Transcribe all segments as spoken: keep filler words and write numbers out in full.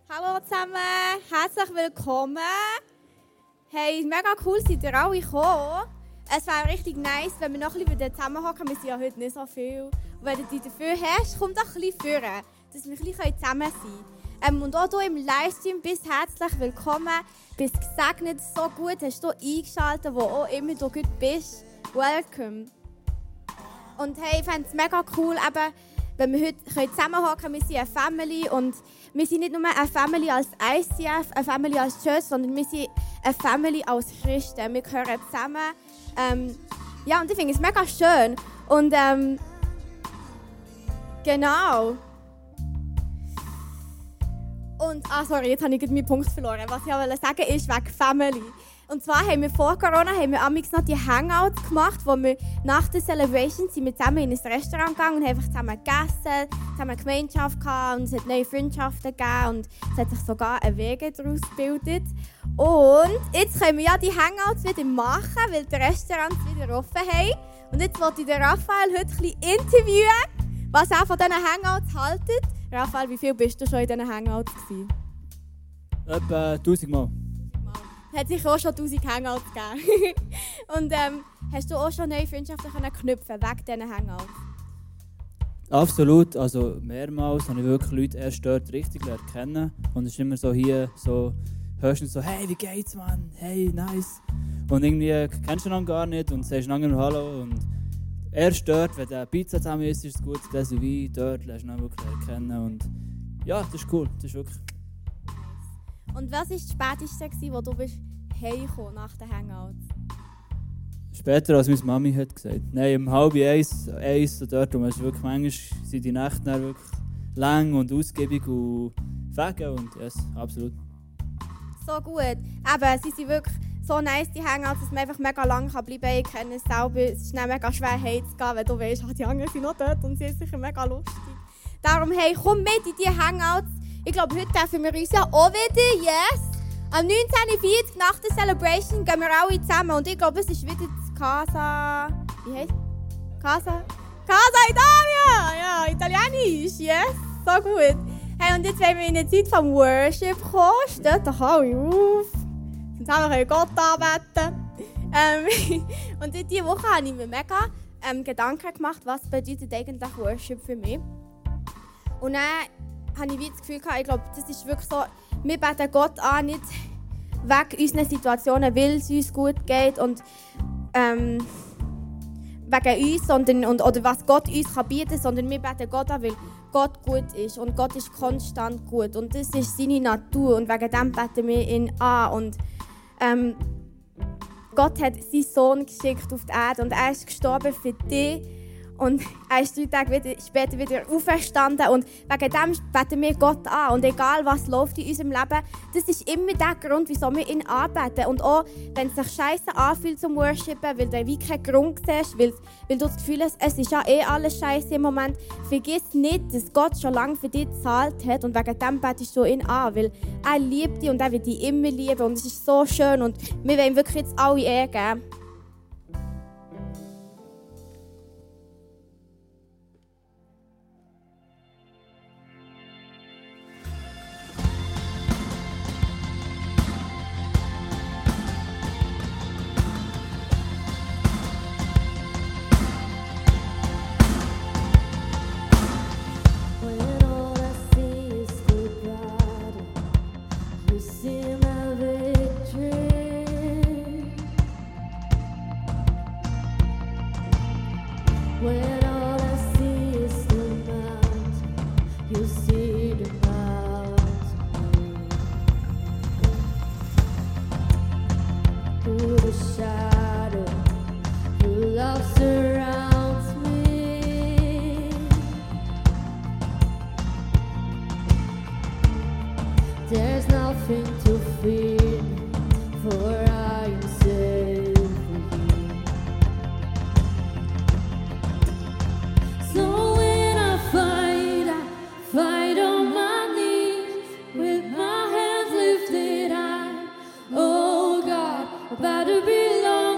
Hallo zusammen, herzlich willkommen. Hey, mega cool, seid ihr alle gekommen. Es wäre richtig nice, wenn wir noch ein bisschen zusammenhocken. Wir sind ja heute nicht so viel. Und wenn du dich dafür hast, komm doch ein bisschen führen, dass wir ein bisschen zusammen sein können. Ähm, und auch du im Livestream bist herzlich willkommen. Bist gesegnet, so gut hast du eingeschaltet, wo auch immer du gut bist. Welcome. Und hey, ich fände es mega cool, eben, wenn wir heute zusammenhocken können. Wir sind eine Family und wir sind nicht nur eine Family als I C F, eine Family als Church, sondern wir sind eine Family als Christen. Wir gehören zusammen. Ähm, ja, und ich finde es mega schön. Und ähm, genau. Und, ah sorry, jetzt habe ich meinen Punkt verloren. Was ich wollte sagen ist wegen Family. Und zwar haben wir vor Corona haben wir amigs noch die Hangouts gemacht, wo wir nach der Celebration sind wir zusammen in ein Restaurant gegangen und haben einfach zusammen gegessen, zusammen Gemeinschaft gehabt und es hat neue Freundschaften gegeben und es hat sich sogar ein Wege daraus gebildet. Und jetzt können wir ja die Hangouts wieder machen, weil die Restaurants wieder offen haben. Und jetzt wollte ich den Raphael heute ein bisschen interviewen, was er von diesen Hangouts haltet. Raphael, wie viel bist du schon in diesen Hangouts gewesen? Etwa tausend Mal. Hat sich auch schon tausend Hangouts gegeben. Und ähm, hast du auch schon neue Freundschaften können knüpfen wegen diesen Hangouts? Absolut, also mehrmals habe ich wirklich Leute erst dort richtig kennen. Und es ist immer so hier, so, hörst du so, hey, wie geht's, Mann? Hey, nice. Und irgendwie kennst du ihn gar nicht und sagst lange nur Hallo. Und erst dort, wenn der Pizza zusammen ist, ist es gut, das Gläschen Wein, dort lernst du ihn wirklich kennen. Und ja, das ist cool, das ist wirklich. Und was war das Späteste, wo du bist heimgekommen nach den Hangouts? Später, als meine Mami hat gesagt. Nein, um halb eins, eins so dort, und es ist wirklich, manchmal sind die Nächte dann wirklich lang und ausgiebig und fegen und yes, absolut. So gut. Eben, sie sind wirklich so nice, die Hangouts, dass man einfach mega lang bleiben kann. Ich kenne es selber, es ist dann mega schwer heimzugehen, wenn du weißt, die anderen sind noch dort und sie sind sicher mega lustig. Darum, hey, komm mit in die Hangouts. Ich glaube, heute treffen wir uns ja auch wieder, yes! Am neunzehn Uhr vierzig nach der Celebration gehen wir alle zusammen und ich glaube, es ist wieder das Casa... Wie heisst es? Casa... Casa Italia! Ja, italienisch, yes! So gut. Hey, und jetzt wollen wir in eine Zeit vom Worship kommen. Steht doch alle auf. Sonst haben wir Gott anbeten. Ähm, und in dieser Woche habe ich mir mega ähm, Gedanken gemacht, was bedeutet eigentlich Worship für mich. Und dann habe ich das Gefühl gehabt, ich glaube, das ist wirklich so, wir beten Gott an, nicht wegen unseren Situationen, weil es uns gut geht und ähm, wegen uns sondern, und, oder was Gott uns kann bieten kann, sondern wir beten Gott an, weil Gott gut ist und Gott ist konstant gut und das ist seine Natur und wegen dem beten wir ihn an. Und ähm, Gott hat seinen Sohn geschickt auf die Erde und er ist gestorben für dich. Und er ist drei Tage wieder, später wieder auferstanden. Und wegen dem beten wir Gott an. Und egal was läuft in unserem Leben, das ist immer der Grund, wieso wir ihn anbeten. Und auch wenn es sich scheiße anfühlt zum Worshipen, weil du wie keinen Grund siehst, weil, weil du das Gefühl hast, es ist ja eh alles scheiße im Moment, vergiss nicht, dass Gott schon lange für dich gezahlt hat. Und wegen dem betest du ihn an. Weil er liebt dich und er wird dich immer lieben. Und es ist so schön. Und wir wollen wirklich jetzt alle Ehre geben. There's nothing to fear, for I am safe with you. So when I fight, I fight on my knees, with my hands lifted high. Oh God, I better belong.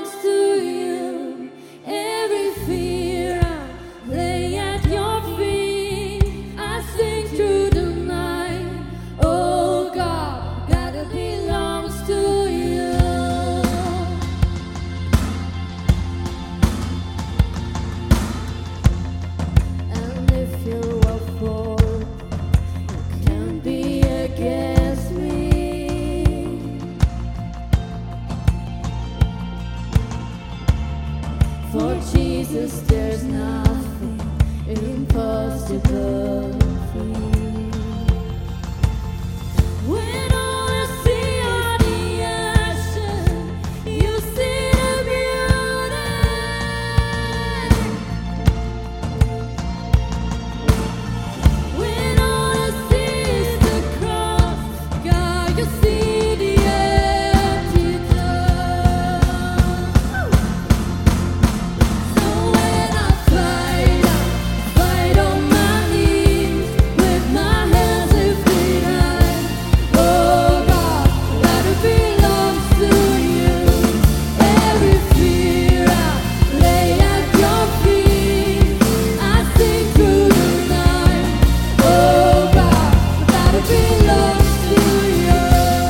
nothing impossible for you. When all I see are the ashes, you see the beauty. When all I see is the cross, God, you see the empty tomb. So when I fight, I fight on my knees with my hands lifted high. Oh God, that it belongs to you. Every fear I lay at your feet. I sing through the night. Oh God, that it belongs to you.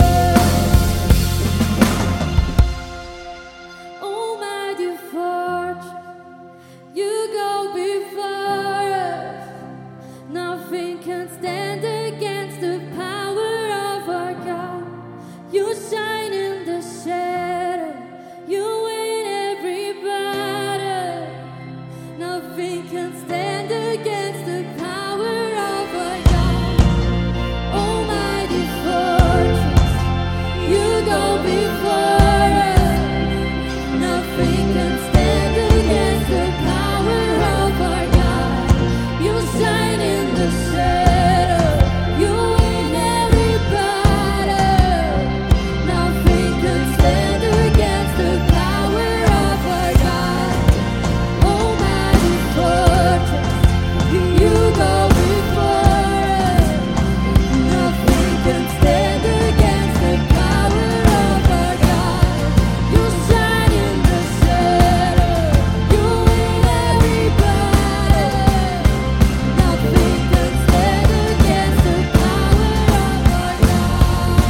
Almighty fortress, you go before us. Nothing can stand against the power of our God. You shine in the shadow, you win every battle. Nothing can stand against the power of our God. Almighty fortress, you go before us. Nothing can stand against the power of our God. You shine in the shadow, you win every battle. Nothing can stand against the power of our God. Almighty fortress, you go before us. Nothing can stand against the power of our God. You shine in the shadow, you win every battle. Nothing can stand against the power of our God.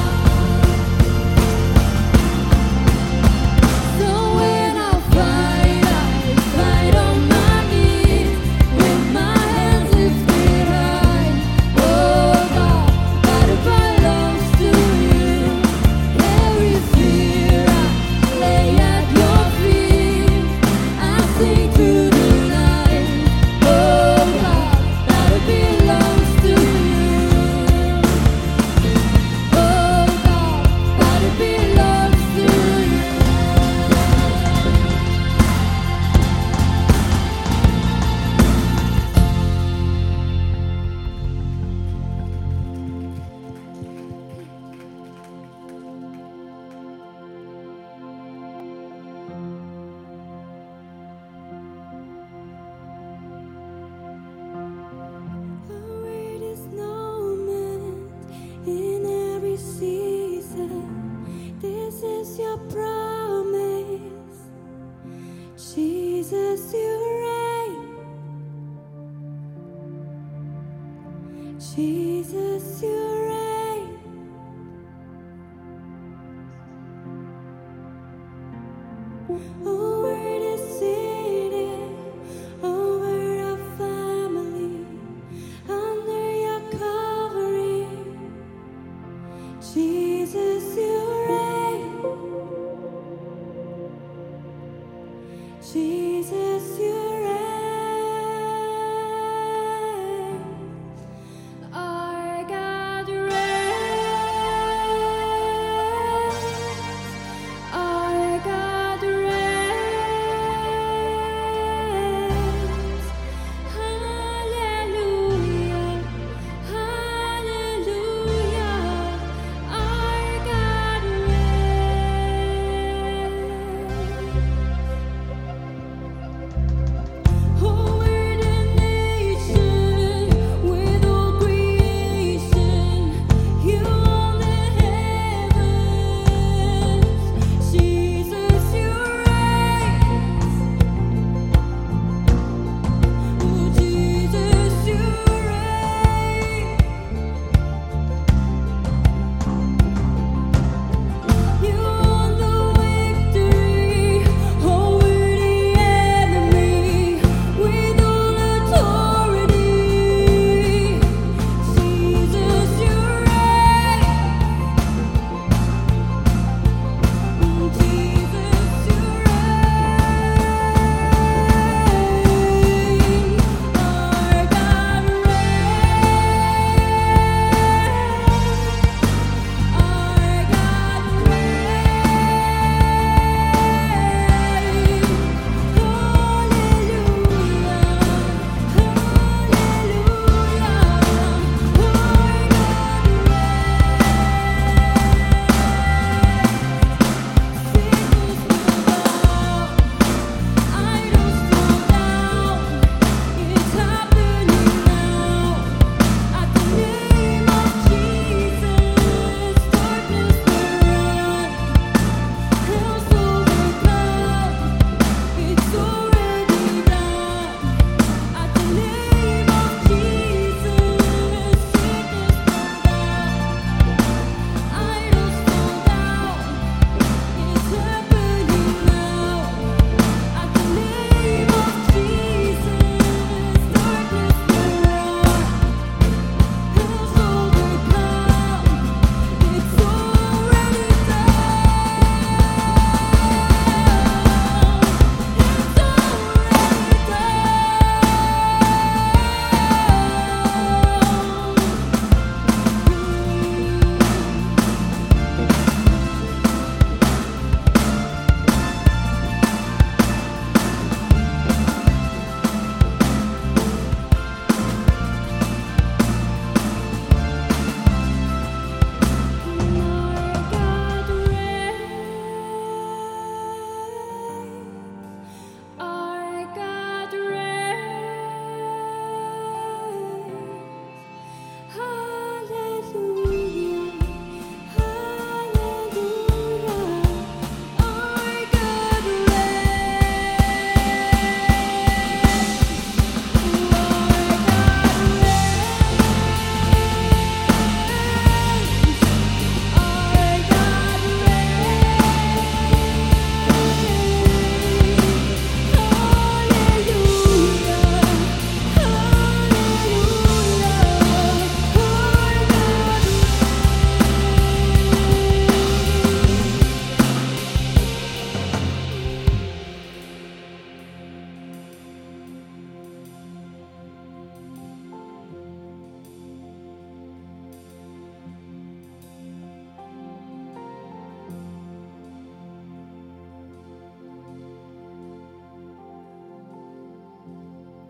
So when I fight, I fight on my knees with my hands lifted high. Oh God, that it belongs to you. Every fear I lay at your feet. I sing through the night. Oh God, that it belongs to you. Oh God, that it belongs to you. Sweetest moment in every season. This is your promise. Jesus, you reign. Jesus, you reign. Over this city, over our family, under your covering. Jesus, you reign. Jesus, you reign. Our God reigns. Our God reigns.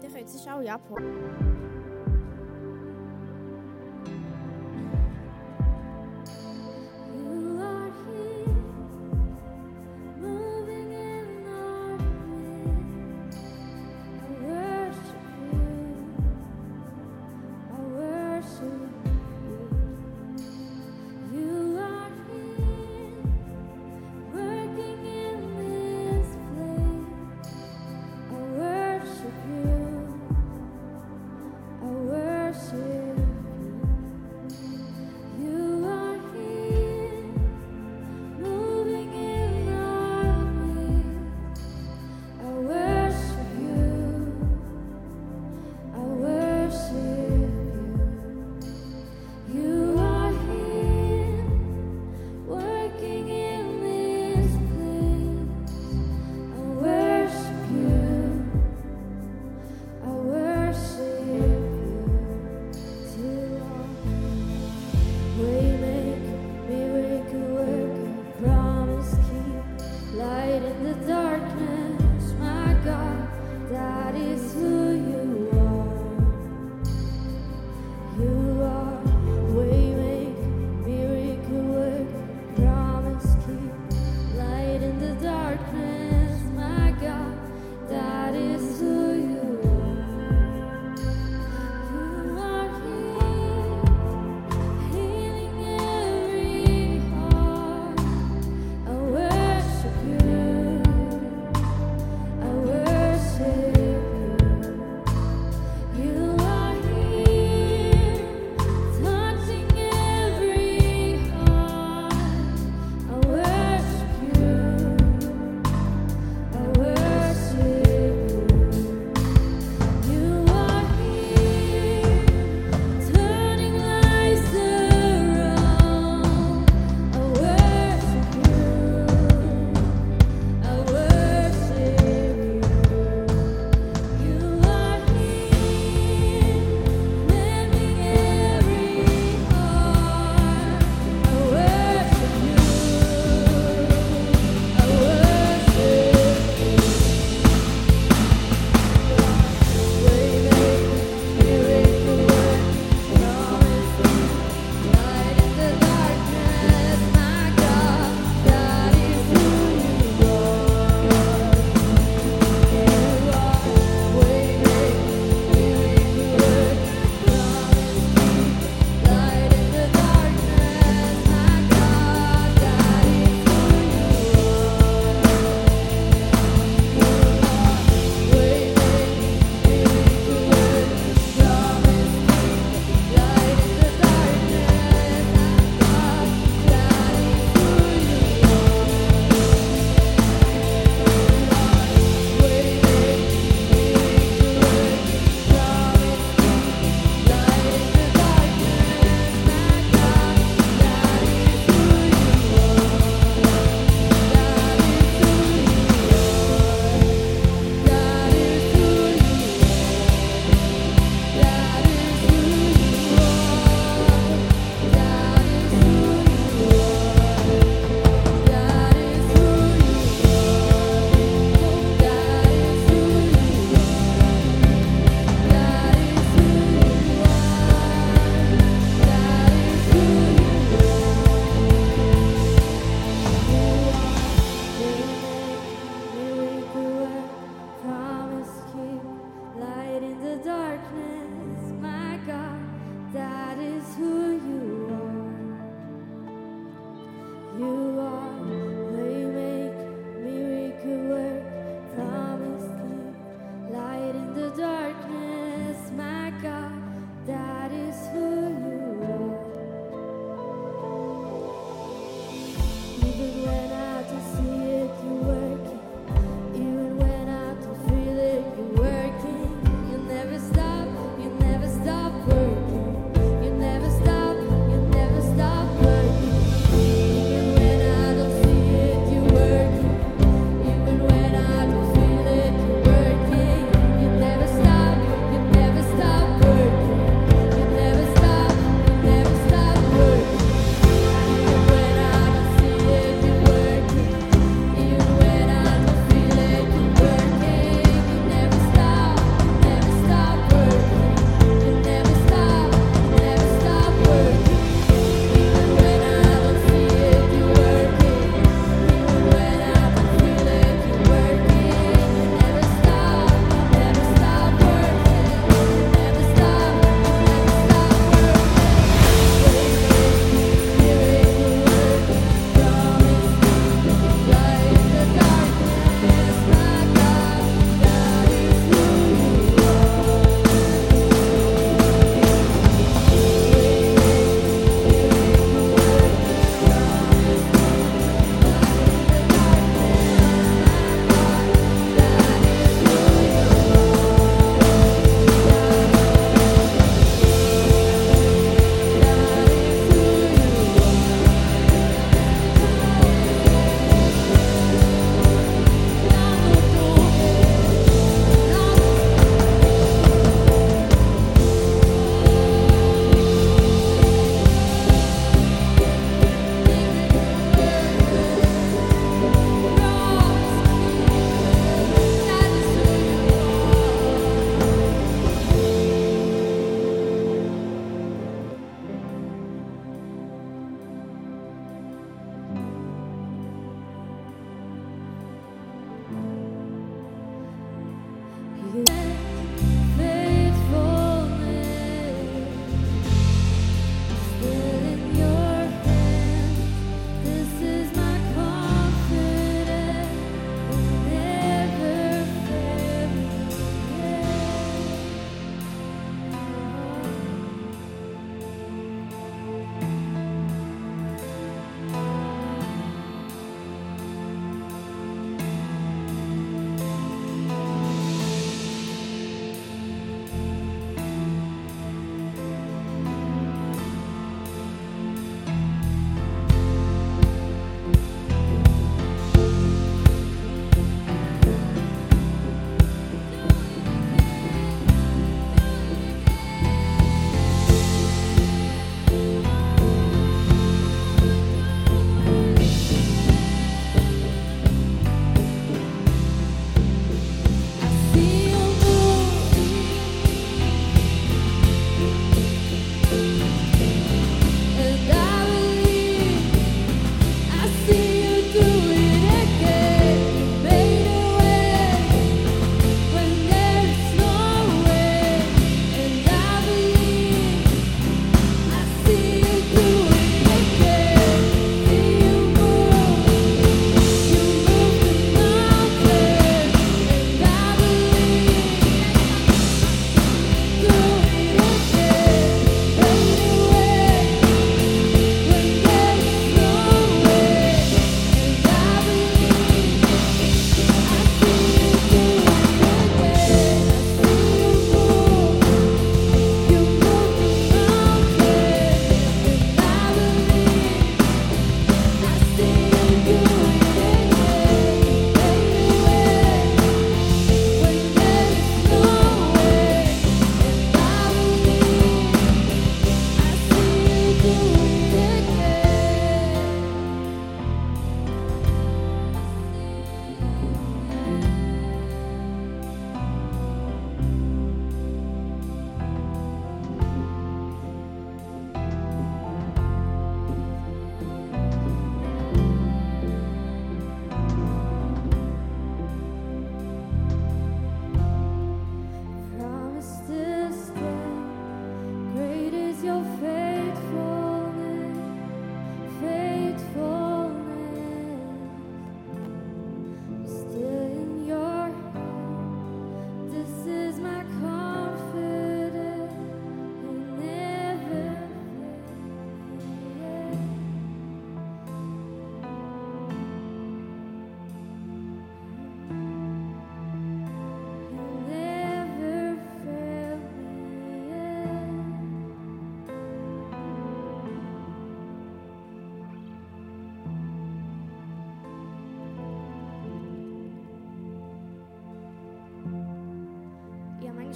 ihr könnt es alle abholen. You are here, moving in our midst. I worship you. I worship you. You are here, working in this place. I worship you.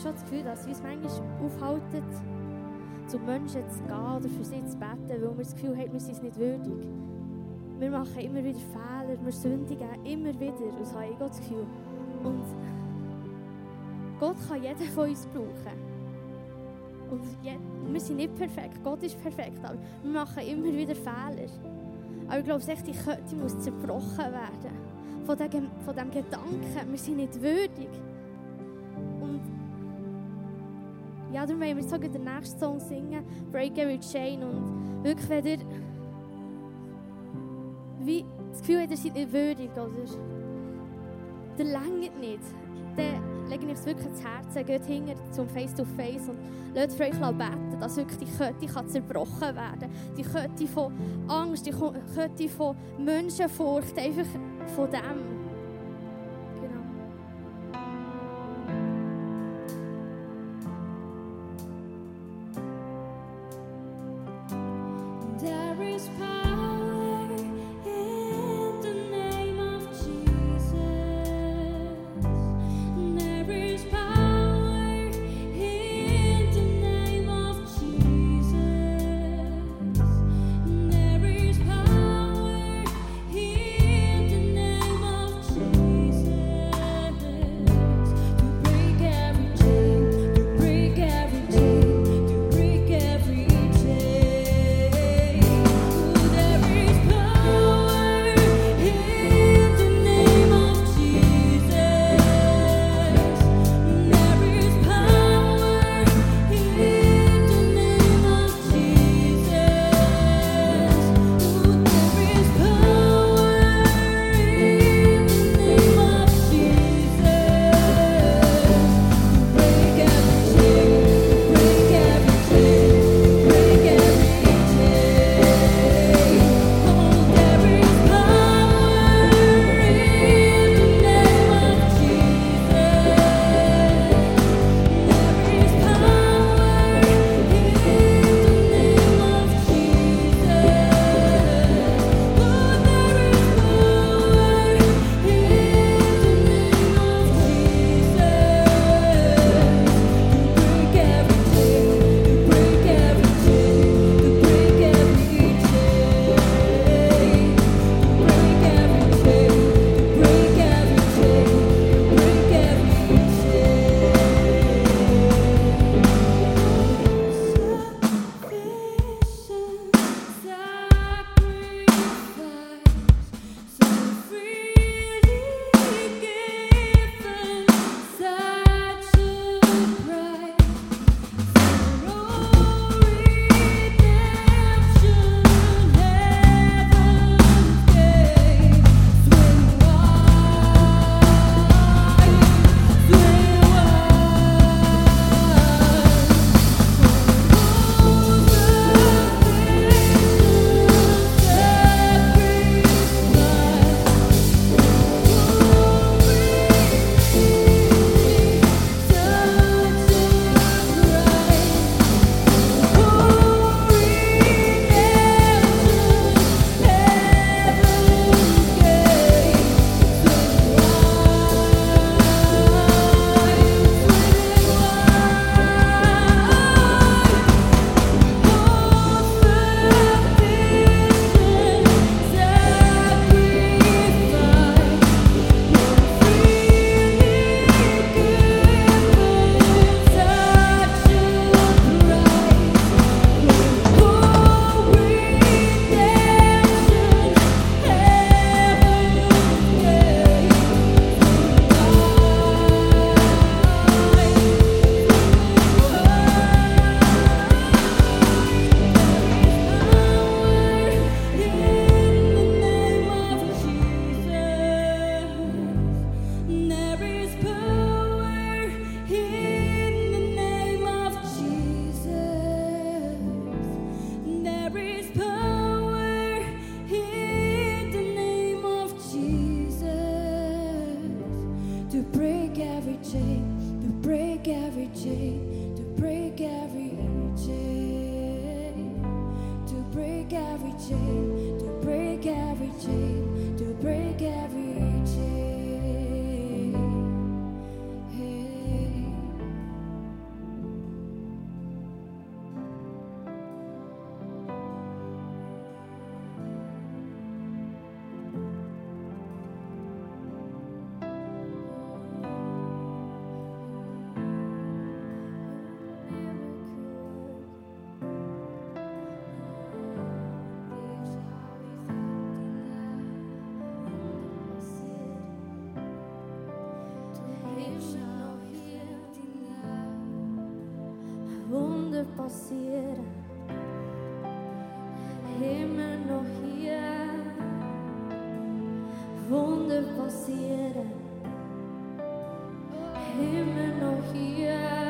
schon das Gefühl, dass wir uns manchmal aufhalten, zu Menschen zu gehen oder für sie zu beten, weil wir das Gefühl haben, wir sind es nicht würdig. Wir machen immer wieder Fehler, wir sündigen immer wieder. Und so habe ich Gott das Gefühl. Und Gott kann jeden von uns brauchen. Und je, wir sind nicht perfekt, Gott ist perfekt, aber wir machen immer wieder Fehler. Aber ich glaube, die Kette muss zerbrochen werden. Von dem, von dem Gedanken, wir sind nicht würdig. Und ja, darum wollen wir sogar den nächsten Song singen, Break Every Chain. Und wirklich, wenn ihr wie das Gefühl habt, ihr seid nicht würdig, oder der längert nicht, dann lege ich es wirklich ins Herz, geht hinter zum Face-to-Face und lasst für euch beten, dass wirklich die Kette kann zerbrochen werden kann. Die Kette von Angst, die Kette von Menschenfurcht, einfach von dem. Genau. There is power in the name of Jesus. There is power in the name of Jesus. There is power in the name of Wunder passieren, immer noch hier. Wunder passieren, immer noch hier.